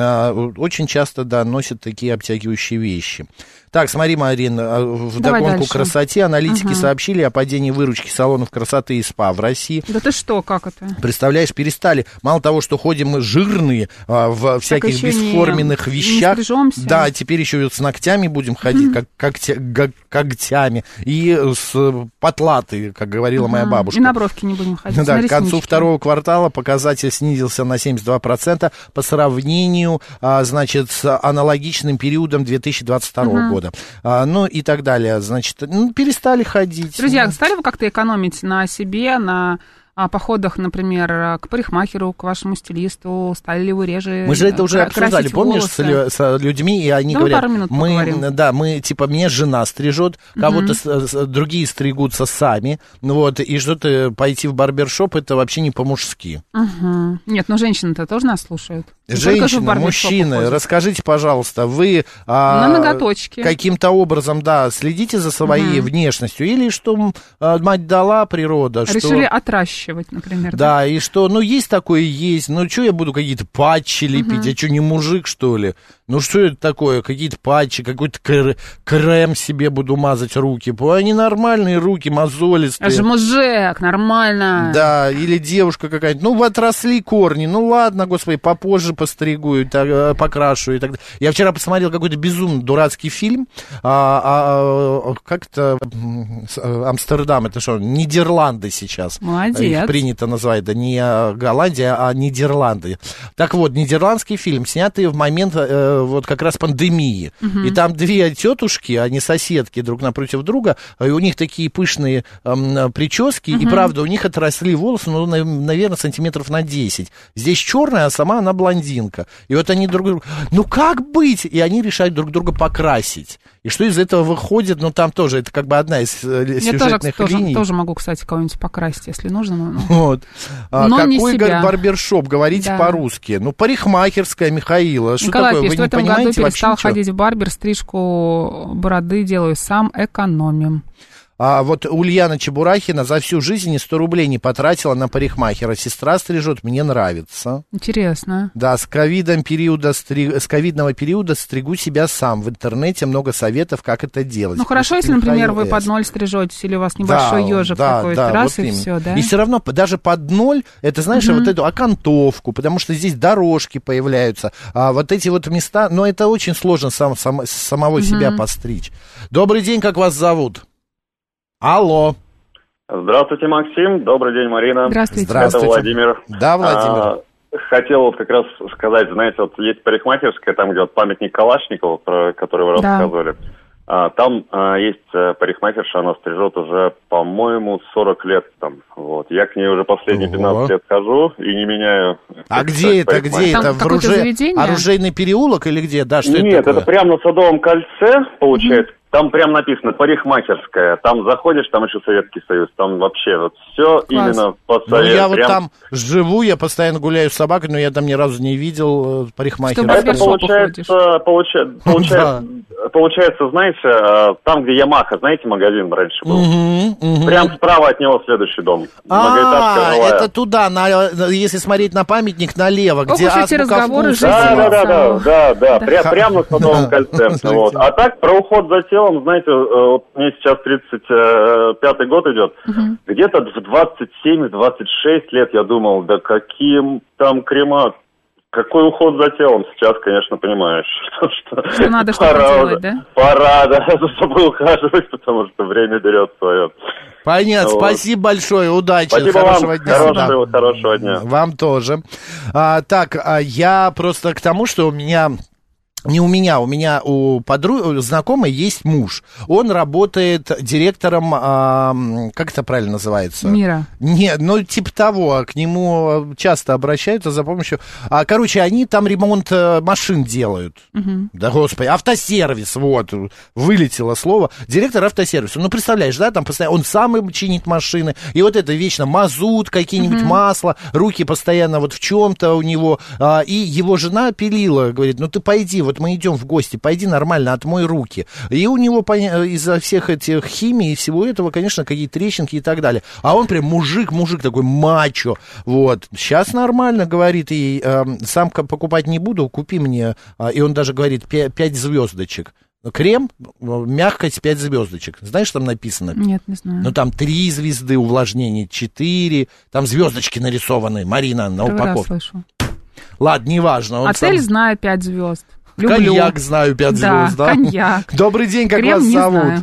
Очень часто, да, носят такие обтягивающие вещи. Так, смотри, Марин, вдогонку красоте. Аналитики угу. сообщили о падении выручки салонов красоты и СПА в России. Да ты что, как это? Представляешь, перестали. Мало того, что ходим мы жирные а, в всяких бесформенных не, вещах. Не да, теперь еще с ногтями будем ходить, угу. как когтя, когтями. И с потлатой, как говорила угу. моя бабушка. И на бровки не будем ходить. Да, к концу второго квартала показатель снизился на семьдесят два процента по сравнению, а, значит, с аналогичным периодом две тысячи двадцать второго угу. года. А, ну и так далее. Значит, ну, перестали ходить. Друзья, ну. стали вы как-то экономить на себе, на о походах, например, к парикмахеру, к вашему стилисту, стали ли вы реже Мы же это уже обсуждали, помнишь, с, с людьми, и они да говорят, мы, да, мы, типа, мне жена стрижет, кого-то mm-hmm. с, с, другие стригутся сами, вот, и что-то пойти в барбершоп, это вообще не по-мужски. Uh-huh. Нет, но женщины-то тоже нас слушают. Женщины, мужчины, уходят. Расскажите, пожалуйста, вы а, на ноготочки каким-то образом, да, следите за своей uh-huh. внешностью, или что а, мать дала природа, решили что... отращивать, например. Да, да, и что, ну, есть такое, есть, ну, что я буду какие-то патчи лепить, uh-huh. я что, не мужик, что ли? Ну, что это такое, какие-то патчи, какой-то кр- крем себе буду мазать руки, они нормальные руки, мозолистые. Это же мужик, нормально. Да, или девушка какая-то, ну, отросли корни, ну, ладно, господи, попозже постригу, и так, покрашу и так далее. Я вчера посмотрел какой-то безумно дурацкий фильм, а, а, как-то Амстердам, это что, Нидерланды сейчас. Молодец. Их принято называть, да не Голландия, а Нидерланды. Так вот, нидерландский фильм, снятый в момент э, вот как раз пандемии. Угу. И там две тетушки, они соседки друг напротив друга, и у них такие пышные э, прически, угу. и правда, у них отросли волосы, ну, наверное, сантиметров на десять. Здесь черная, а сама она блондинка. И вот они друг друга, ну как быть? И они решают друг друга покрасить. И что из этого выходит, ну там тоже, это как бы одна из э, сюжетных тоже, линий. Я тоже могу, кстати, кого-нибудь покрасить, если нужно. Но, вот. а, но какой не себя. барбершоп, говорите да. по-русски? Ну, парикмахерская Михаила. Что Николай такое? пишет, Вы в не этом понимаете году перестал вообще ходить в барбер, стрижку бороды делаю сам, экономим. А вот Ульяна Чебурахина за всю жизнь и сто рублей не потратила на парикмахера. Сестра стрижет, мне нравится. Интересно. Да, с ковидом периода стри... с ковидного периода стригу себя сам. В интернете много советов, как это делать. Ну хорошо, если, например, вы под ноль стрижетесь, или у вас небольшой да, ежик да, какой-то, да, раз вот и все, да? И все равно даже под ноль, это, знаешь, mm-hmm. вот эту окантовку, потому что здесь дорожки появляются, а вот эти вот места, но это очень сложно сам, сам, самого mm-hmm. себя постричь. Добрый день, как вас зовут? Алло. Здравствуйте, Максим. Добрый день, Марина. Здравствуйте. Здравствуйте. Это Владимир. Да, Владимир. А, хотел вот как раз сказать, знаете, вот есть парикмахерская, там, где вот памятник Калашникову, про который вы да. рассказывали. А, там а, есть парикмахерша, она стрижет уже, по-моему, сорок лет там. Вот. Я к ней уже последние пятнадцать лет хожу и не меняю. А где это? Где там это? В оружей... Оружейный переулок или где? Да, что Нет, это такое? это прямо на Садовом кольце, получается. Mm-hmm. Там прям написано парикмахерская. Там заходишь, там еще Советский Союз. Там вообще вот все Класс. Именно по совету. Ну, я вот прям... там живу, я постоянно гуляю с собакой, но я там ни разу не видел парикмахера. Это получается, получа... получается, получается, знаете, там, где Ямаха, знаете, магазин раньше был. Угу, угу. Прям справа от него следующий дом. А, это туда, на, если смотреть на памятник, налево, где азбука разговоры вкуса. Да, да, да, да, да, да, да. Прям, прям на Садовом кольце. Вот. А так, про уход за телом, знаете, вот мне сейчас тридцать пятый год идет, угу. где-то в двадцать семь - двадцать шесть лет я думал, да каким там крема, какой уход за телом. Сейчас, конечно, понимаешь, что, что надо что-то делать, да? Пора, да, за собой ухаживать, потому что время берет свое. Понятно, вот. Спасибо большое, удачи, спасибо хорошего вам. дня. Хорошего, да. хорошего дня. Вам тоже. А, так, а я просто к тому, что у меня... Не у меня, у меня у подруги, знакомой есть муж. Он работает директором, а, как это правильно называется? Мира. Нет, ну типа того, к нему часто обращаются за помощью. А, короче, они там ремонт машин делают. Угу. Да господи, автосервис, вот, вылетело слово. Директор автосервиса. Ну, представляешь, да, там постоянно, он сам им чинит машины. И вот это вечно мазут, какие-нибудь угу. масла, руки постоянно вот в чем-то у него. А, и его жена пилила, говорит, ну ты пойди, вот мы идем в гости, пойди нормально, отмой руки. И у него из-за всех этих химий и всего этого, конечно, какие-то трещинки и так далее. А он прям мужик, мужик такой мачо. Вот. Сейчас нормально, говорит ей, э, сам покупать не буду, купи мне. И он даже говорит, пять звездочек. Крем, мягкость пять звездочек. Знаешь, что там написано? Нет, не знаю. Ну, там три звезды, увлажнение четыре, там звездочки нарисованы, Марина, на Первый упаковке. раз слышу. Ладно, неважно. Он Отель сам... знаю пять звезд. Люблю. Коньяк знаю пять да, звезд, да? коньяк. Добрый день, как Крем вас не зовут? Знаю.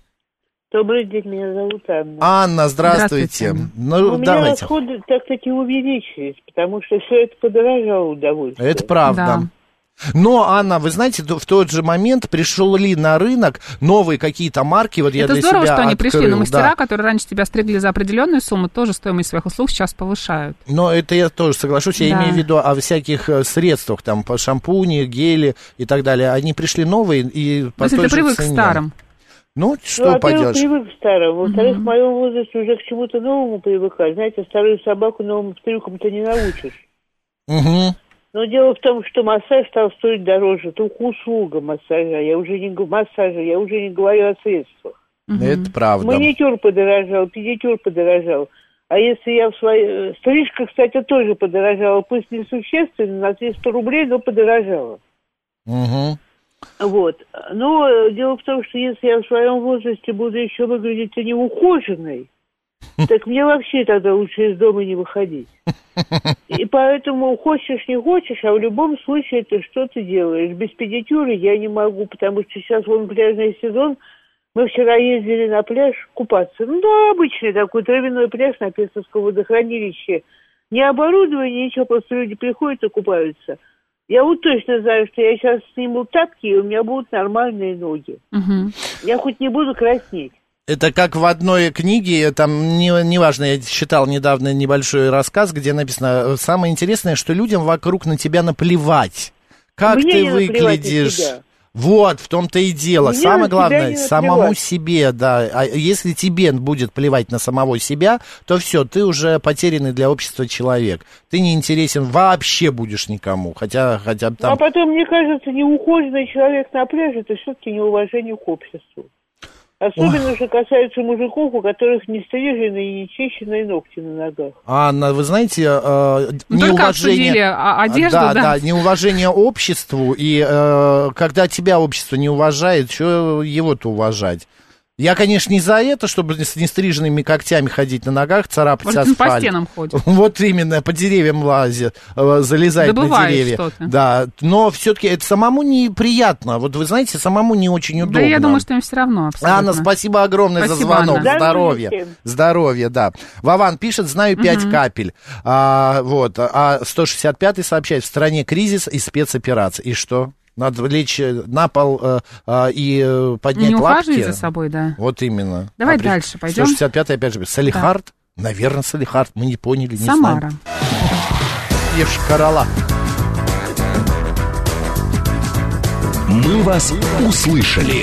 Добрый день, меня зовут Анна. Анна, здравствуйте. здравствуйте. Ну, У меня давайте. расходы, так сказать, увеличились, потому что все это подорожало удовольствие. Это правда. Да. Но, Анна, вы знаете, в тот же момент пришли на рынок новые какие-то марки. Вот я Это для здорово, себя что они открыл, пришли, но мастера, да. которые раньше тебя стригли за определенную сумму, тоже стоимость своих услуг сейчас повышают. Но это я тоже соглашусь. Я да. имею в виду о всяких средствах, там, по шампуне, гели и так далее. Они пришли новые и по Если той ты же привык цене. к старым. Ну, что ну, поделаешь? Я привык к старому. Во-вторых, mm-hmm. в моем возрасте уже к чему-то новому привыкать. Знаете, старую собаку новым трюкам-то не научишь. Угу. Но дело в том, что массаж стал стоить дороже. Только услуга массажа. Я уже не, массажа, я уже не говорю о средствах. Mm-hmm. Это правда. Маникюр подорожал, педикюр подорожал. А если я в своей... Стрижка, кстати, тоже подорожала. Пусть не существенно, на триста рублей, но подорожала. Угу. Вот. Но дело в том, что если я в своем возрасте буду еще выглядеть неухоженной, так мне вообще тогда лучше из дома не выходить. И поэтому хочешь, не хочешь, а в любом случае ты что-то делаешь. Без педикюра я не могу, потому что сейчас вон пляжный сезон. Мы вчера ездили на пляж купаться. Ну да, обычный такой травяной пляж на Пестовском водохранилище. Не оборудование, ничего, просто люди приходят и купаются. Я вот точно знаю, что я сейчас сниму тапки, и у меня будут нормальные ноги. Угу. Я хоть не буду краснеть. Это как в одной книге, там, не, неважно, я читал недавно небольшой рассказ, где написано, самое интересное, что людям вокруг на тебя наплевать. Как Мне ты не выглядишь. Вот, в том-то и дело. Мне Самое главное, самому наплевать. себе, да. А если тебе будет плевать на самого себя, то все, ты уже потерянный для общества человек. Ты не интересен вообще будешь никому. Хотя, хотя бы там... А потом, мне кажется, неухоженный человек на пляже, это все-таки неуважение к обществу. Особенно, Ох. что касается мужиков, у которых не стрижены и не чищенные ногти на ногах. Анна, вы знаете, э, неуважение... одежду, да, да? да, неуважение обществу, и э, когда тебя общество не уважает, что его-то уважать? Я, конечно, не за это, чтобы с нестриженными когтями ходить на ногах, царапать Может, асфальт. по стенам ходит. Вот именно, по деревьям лазит, залезает Добывает на деревья. что-то. Да, но все-таки это самому неприятно. Вот вы знаете, самому не очень удобно. Да, я думаю, что им все равно абсолютно. Анна, спасибо огромное спасибо, за звонок. Анна. Здоровья. Здоровья, да. Вован пишет, знаю пять угу. капель. А, вот, а сто шестьдесят пятый сообщает, в стране кризис и спецоперация. И что? Надо лечь на пол э, э, и поднять не лапки. Не ухаживать за собой, да. Вот именно. Давай а дальше пойдем. сто шестьдесят пятый опять же. Салихард? Да. Наверное, Салихард. Мы не поняли, не Самара. знаем. Ешкарала. Мы вас услышали.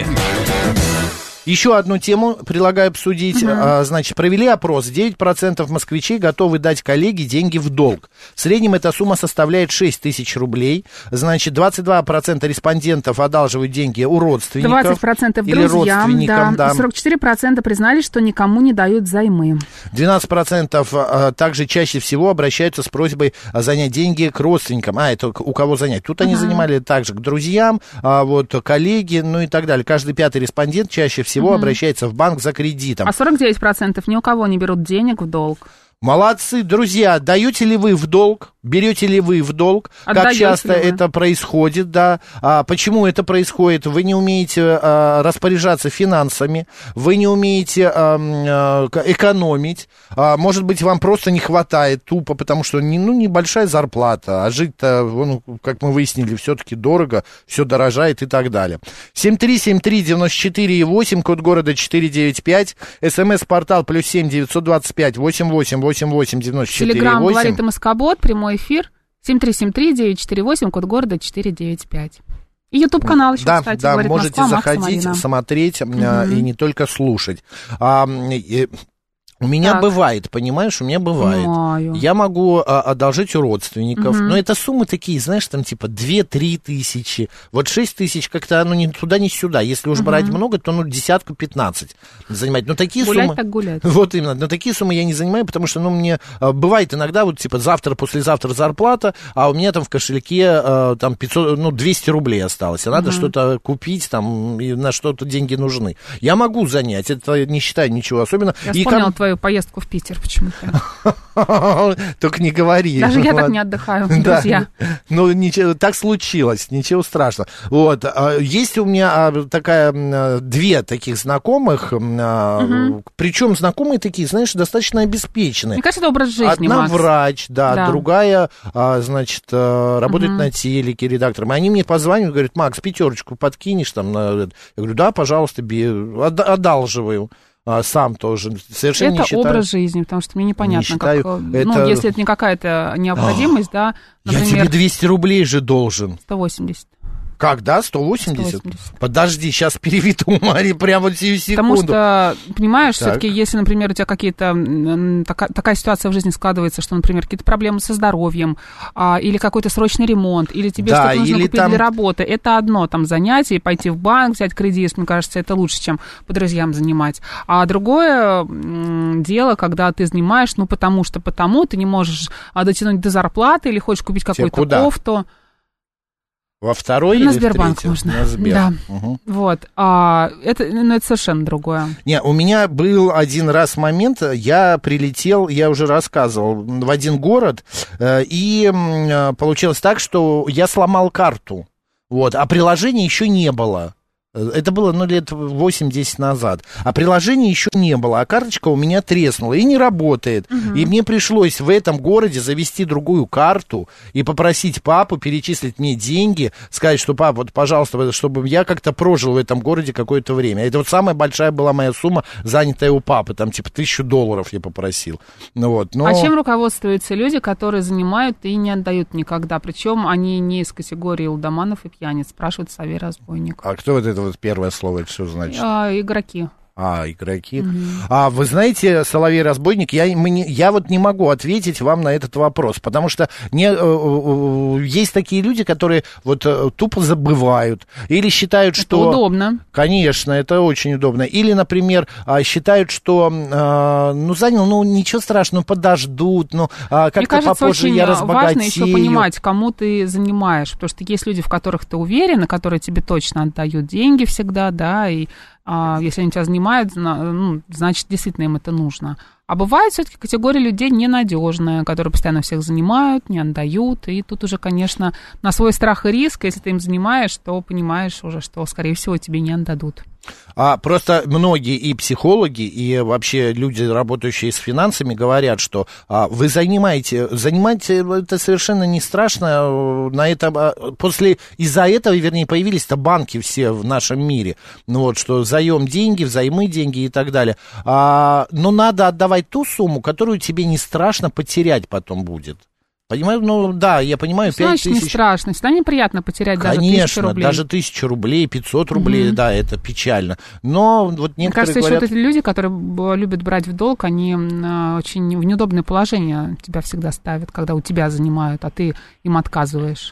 Еще одну тему предлагаю обсудить. Uh-huh. А, значит, провели опрос. девять процентов москвичей готовы дать коллеге деньги в долг. В среднем эта сумма составляет шесть тысяч рублей. Значит, двадцать два процента респондентов одалживают деньги у родственников. двадцать процентов или друзьям, родственникам. Да. Да. сорок четыре процента признали, что никому не дают займы. двенадцать процентов а, также чаще всего обращаются с просьбой занять деньги к родственникам. А, это у кого занять? Тут uh-huh. они занимали также к друзьям, а, вот, коллеги, ну и так далее. Каждый пятый респондент чаще всего всего mm-hmm. обращается в банк за кредитом. А сорок девять процентов ни у кого не берут денег в долг. Молодцы, друзья, даете ли вы в долг, берете ли вы в долг, Отдаете как часто ли вы? Это происходит, да, а, почему это происходит, вы не умеете а, распоряжаться финансами, вы не умеете а, а, экономить, а, может быть, вам просто не хватает тупо, потому что не, ну, небольшая зарплата, а жить-то, ну, как мы выяснили, все-таки дорого, все дорожает и так далее. семь три семь три девять четыре восемь, код города четыреста девяносто пять, смс-портал плюс семь девятьсот двадцать пять восемьдесят восемь восемь восемь девяносто четыре восемь. Телеграм говорит МСК-бот, прямой эфир, семь три семь три девять четыре восемь, код города четыреста девяносто пять. И ютуб-канал еще, да, кстати, да, говорит можете Москва, заходить, Макс, смотреть угу. и не только слушать. А, и, у меня так. бывает, понимаешь, у меня бывает. Понимаю. Я могу а, одолжить у родственников, угу. но это суммы такие, знаешь, там типа две-три тысячи. Вот шесть тысяч как-то оно ни туда, ни сюда. Если уж угу. брать много, то ну десятку пятнадцать занимать. Но такие гулять суммы... так гулять. Вот именно. Но такие суммы я не занимаю, потому что, ну, мне а, бывает иногда, вот типа завтра, послезавтра зарплата, а у меня там в кошельке а, там пятьсот, ну, двести рублей осталось. А надо угу. что-то купить, там, и на что-то деньги нужны. Я могу занять, это не считаю ничего особенного. Я и вспомнила ком... твою поездку в Питер. Почему-то. Только не говори. Даже я так не отдыхаю, друзья. Ну, ничего, так случилось, ничего страшного. Вот, есть у меня такая, две таких знакомых, причем знакомые такие, знаешь, достаточно обеспеченные. Мне кажется, это образ жизни, Одна Макс. врач, да, другая, значит, работает на телеке редактором. Они мне позвонят, говорят, Макс, пятерочку подкинешь там? Я говорю, да, пожалуйста, одалживаю. Сам тоже совершенно это не считаю. Это образ жизни, потому что мне непонятно, не считаю, как, это... ну, если это не какая-то необходимость, да, например... Я тебе двести рублей же должен. сто восемьдесят. Как, да? сто восемьдесят? сто восемьдесят. Подожди, сейчас переведу у Марии прямо в сию секунду. Потому что, понимаешь, так. все-таки, если, например, у тебя какие-то... Такая, такая ситуация в жизни складывается, что, например, какие-то проблемы со здоровьем, а, или какой-то срочный ремонт, или тебе да, что-то нужно купить там... для работы, это одно, там, занятие, пойти в банк, взять кредит, мне кажется, это лучше, чем по друзьям занимать. А другое м- дело, когда ты занимаешь, ну, потому что потому, ты не можешь а, дотянуть до зарплаты, или хочешь купить какую-то кофту. Во второй на или Сбербанк в третий? можно. На Сбер. Да. Угу. Вот. А, это, ну, это совершенно другое. Не, у меня был один раз момент, я прилетел, я уже рассказывал, в один город, и получилось так, что я сломал карту, вот, а приложения еще не было. Это было, ну, лет восемь-десять назад. А приложения еще не было, а карточка у меня треснула и не работает. Угу. И мне пришлось в этом городе завести другую карту и попросить папу перечислить мне деньги, сказать, что, папа, вот, пожалуйста, чтобы я как-то прожил в этом городе какое-то время. Это вот самая большая была моя сумма, занятая у папы, там, типа, тысячу долларов я попросил. Ну, вот, но... А чем руководствуются люди, которые занимают и не отдают никогда? Причем они не из категории лудоманов и пьяниц, спрашивает Соловей Разбойник. А кто вот это вот первое слово, это что значит? А, игроки. А, игроки. Угу. А вы знаете, Соловей Разбойник, я, мне, я вот не могу ответить вам на этот вопрос, потому что не, э, э, есть такие люди, которые вот э, тупо забывают или считают, это что... удобно. Конечно, это очень удобно. Или, например, э, считают, что, э, ну, занял, ну, ничего страшного, подождут, ну, э, как-то Мне кажется, попозже очень я разбогатею. важно еще понимать, кому ты занимаешь, потому что есть люди, в которых ты уверен, которые тебе точно отдают деньги всегда, да, и а, если они тебя занимают, ну, значит, действительно им это нужно. А бывает все-таки категория людей ненадежная, которые постоянно всех занимают, не отдают, и тут уже, конечно, на свой страх и риск, если ты им занимаешь, то понимаешь уже, что, скорее всего, тебе не отдадут. А просто многие и психологи, и вообще люди, работающие с финансами, говорят, что а, вы занимаете, занимаете, это совершенно не страшно, на это, после, из-за этого, вернее, появились-то банки все в нашем мире, ну вот, что заем деньги, взаймы деньги и так далее, а, но надо отдавать ту сумму, которую тебе не страшно потерять потом будет. Понимаю, ну да, я понимаю, пять тысяч... Значит, не страшно, всегда неприятно потерять Конечно, даже тысячу рублей. даже тысячу рублей, пятьсот рублей, mm-hmm. да, это печально. Но вот некоторые Мне кажется, говорят... еще вот эти люди, которые любят брать в долг, они очень в неудобное положение тебя всегда ставят, когда у тебя занимают, а ты им отказываешь.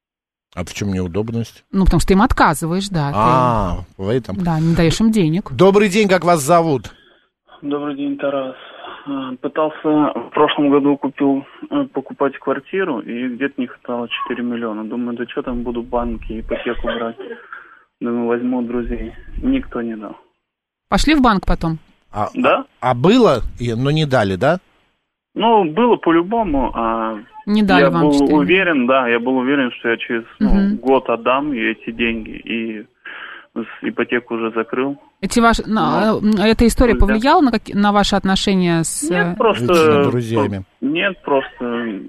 А в чем неудобность? Ну, потому что ты им отказываешь, да. А, ты... в этом. Да, не даешь им денег. Добрый день, как вас зовут? Добрый день, Тарас. Пытался, в прошлом году купил, покупать квартиру, и где-то не хватало четыре миллиона. Думаю, да что там буду банки, ипотеку брать. Думаю, возьму друзей. Никто не дал. Пошли в банк потом? А, да? А, а было, но не дали, да? Ну, было по-любому, а не дали я вам был четыре. уверен, да, я был уверен, что я через ну, угу. год отдам ей эти деньги, и ипотеку уже закрыл. Эти ваши, ну, на, эта история да. повлияла на, как, на ваши отношения с нет, просто, друзьями? Нет, просто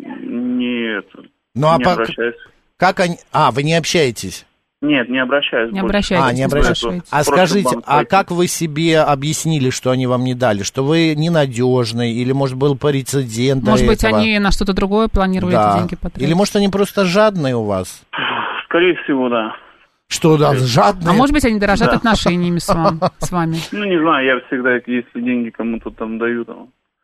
не, это, ну, не а обращаюсь. Как они... А, вы не общаетесь? Нет, не обращаюсь. Не обращайтесь. А, не обращайтесь. А скажите, а как вы себе объяснили, что они вам не дали? Что вы ненадежный, или, может, был прецедент Может быть, этого? они на что-то другое планировали да. эти деньги потратить? Или, может, они просто жадные у вас? Скорее всего, да. Что, да, жадные? А может быть, они дорожат да. отношениями с, вам, с вами? Ну, не знаю, я всегда, если деньги кому-то там даю, там,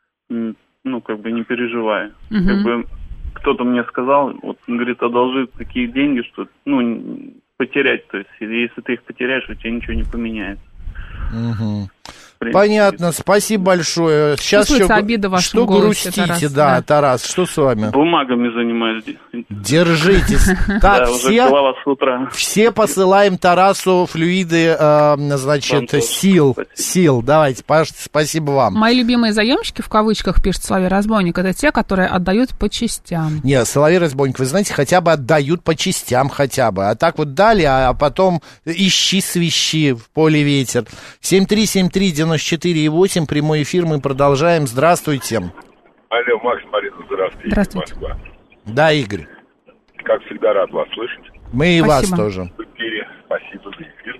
ну, как бы не переживаю. Угу. Как бы кто-то мне сказал, вот, говорит, одолжи такие деньги, что, ну, потерять, то есть, если ты их потеряешь, у тебя ничего не поменяется. Угу. Понятно, спасибо большое. Сейчас Чувствуется еще... обида в вашем что голосе, грустите, Тарас, да, да, Тарас, что с вами? Бумагами занимаюсь. Держитесь. Так, все, все посылаем Тарасу флюиды, э, значит, сил, сил. Давайте, Паш, спасибо вам. Мои любимые заемщики, в кавычках, пишет Соловей Разбойник, это те, которые отдают по частям. Нет, Соловей Разбойник, вы знаете, хотя бы отдают по частям хотя бы. А так вот дали, а потом ищи свищи в поле ветер. семь три семь три девяносто четыре восемь, прямой эфир, мы продолжаем. Здравствуйте. Алло, Макс, Марина, здравствуйте. Здравствуйте. Москва. Да, Игорь. Как всегда, рад вас слышать. Мы и Спасибо. В вас тоже. эфире. Спасибо за эфир.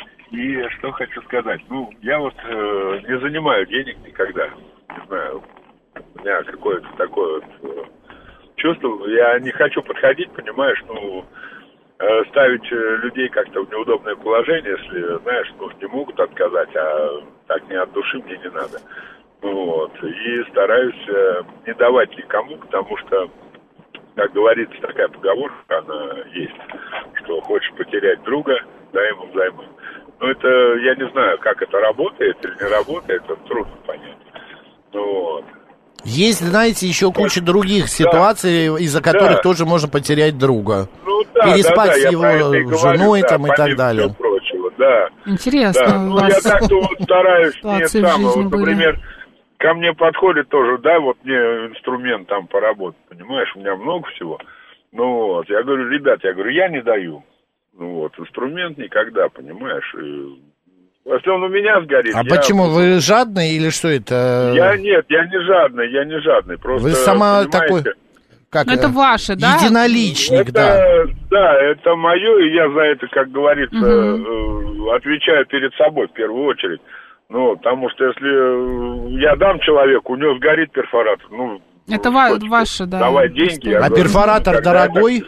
И что хочу сказать. Ну, я вот э, не занимаю денег никогда. Не знаю, у меня какое-то такое вот э, чувство. Я не хочу подходить, понимаешь, ну... ставить людей как-то в неудобное положение, если, знаешь, ну, не могут отказать, а так не от души мне не надо. Вот. И стараюсь не давать никому, потому что, как говорится, такая поговорка, она есть, что хочешь потерять друга, дай ему взаймы. Но это, я не знаю, как это работает или не работает, это трудно понять. Ну, вот. Есть, знаете, еще куча других ситуаций, да. из-за которых да. тоже можно потерять друга. Ну да, переспать да, да, с его женой говорю, там да, и так далее. Прочего, да. Интересно. Да. Ну, я как-то вот стараюсь, не самое, вот, например, ко мне подходит тоже, дай вот мне инструмент там поработать, понимаешь, у меня много всего. Ну вот, я говорю, ребят, я говорю, я не даю. Ну вот, инструмент никогда, понимаешь, и... Если он у меня сгорит... А я... почему? Вы жадный или что это? Я нет, я не жадный, я не жадный. Просто, вы сама понимаете... такой... Как, ну, это ваше, да? Единоличник, это, да. Да, это мое, и я за это, как говорится, угу. отвечаю перед собой в первую очередь. Ну, потому что если я дам человеку, у него сгорит перфоратор, ну... Это ва- ваше, да. Давай деньги. А говорю, перфоратор дорогой?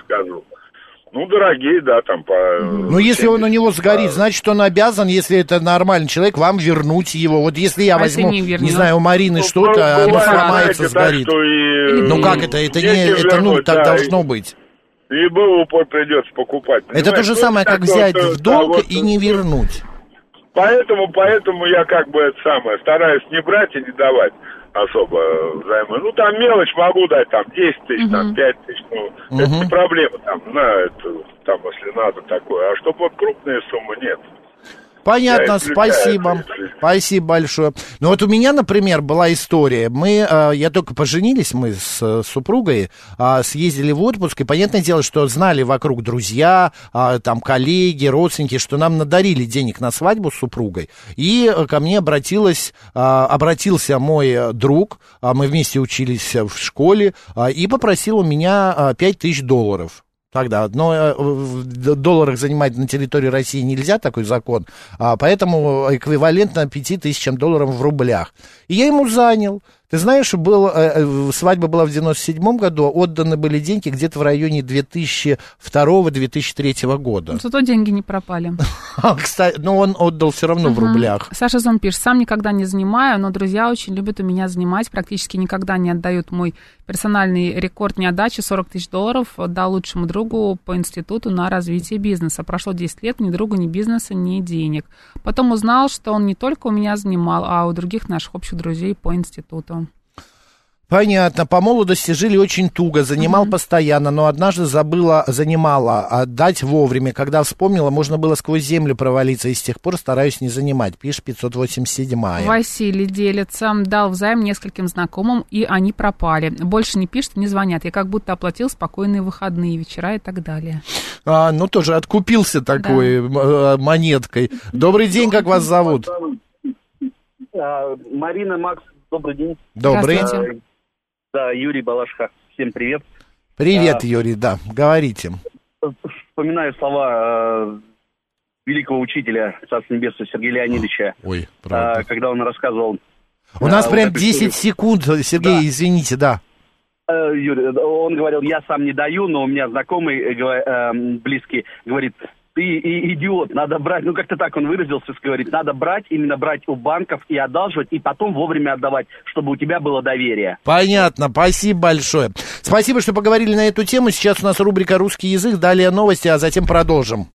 Ну, дорогие, да, там по... Ну, если он у него сгорит, значит, он обязан, если это нормальный человек, вам вернуть его. Вот если я а возьму, не, не знаю, у Марины ну, что-то, ну, оно сломается, знаете, сгорит. Так, и... Ну, как это? Это не, это, ну, вернуть, так да, должно и... быть. И был упор придется покупать. Понимаешь? Это то же самое, как взять вот, в долг да, вот, и не вернуть. Поэтому, поэтому я как бы это самое, стараюсь не брать и не давать особо займы. Ну, там мелочь могу дать, там, десять тысяч, uh-huh. там, пять тысяч, ну, uh-huh. это не проблема, там, на это, там, если надо такое. А чтобы вот крупные суммы, нет. Понятно, спасибо. Спасибо большое. Ну вот у меня, например, была история. Мы, э, я только поженились, мы с э, супругой э, съездили в отпуск, и понятное дело, что знали вокруг друзья, э, там коллеги, родственники, что нам надарили денег на свадьбу с супругой. И э, ко мне обратилась, э, обратился мой друг, э, мы вместе учились в школе, э, и попросил у меня э, пять тысяч долларов. Тогда, но в долларах занимать на территории России нельзя, такой закон, а поэтому эквивалентно пяти тысячам долларов в рублях. И я ему занял. Ты знаешь, был, э, свадьба была в девяносто седьмом году, отданы были деньги где-то в районе две тысячи второго - две тысячи третьего года. Зато деньги не пропали. Кстати, но он отдал все равно uh-huh. в рублях. Саша Зон пишет, сам никогда не занимаю, но друзья очень любят у меня занимать, практически никогда не отдают. Мой персональный рекорд неотдачи сорок тысяч долларов дал лучшему другу по институту на развитие бизнеса. Прошло десять лет, ни друга, ни бизнеса, ни денег. Потом узнал, что он не только у меня занимал, а у других наших общих друзей по институту. Понятно. По молодости жили очень туго, занимал mm-hmm. постоянно, но однажды забыла, занимала, отдать вовремя. Когда вспомнила, можно было сквозь землю провалиться, и с тех пор стараюсь не занимать. Пишет пятьсот восемьдесят седьмая. Василий делится. Дал взаим нескольким знакомым, и они пропали. Больше не пишут, не звонят. Я как будто оплатил спокойные выходные, вечера и так далее. А, ну, тоже откупился такой да. монеткой. Добрый день, как вас зовут? Марина, Макс, добрый день. Добрый. Да, Юрий Балашха. Всем привет. Привет, а, Юрий, да, говорите. Вспоминаю слова э, великого учителя Царства Небесного Сергея Леонидовича. Ой, правда. Э, когда он рассказывал... У нас э, прям десять секунд, Сергей, да. извините, да. Э, Юрий, он говорил, я сам не даю, но у меня знакомый, э, э, близкий, говорит... Ты идиот, надо брать, ну как-то так он выразился, говорит, надо брать, именно брать у банков и одалживать, и потом вовремя отдавать, чтобы у тебя было доверие. Понятно, спасибо большое. Спасибо, что поговорили на эту тему. Сейчас у нас рубрика «Русский язык», далее новости, а затем продолжим.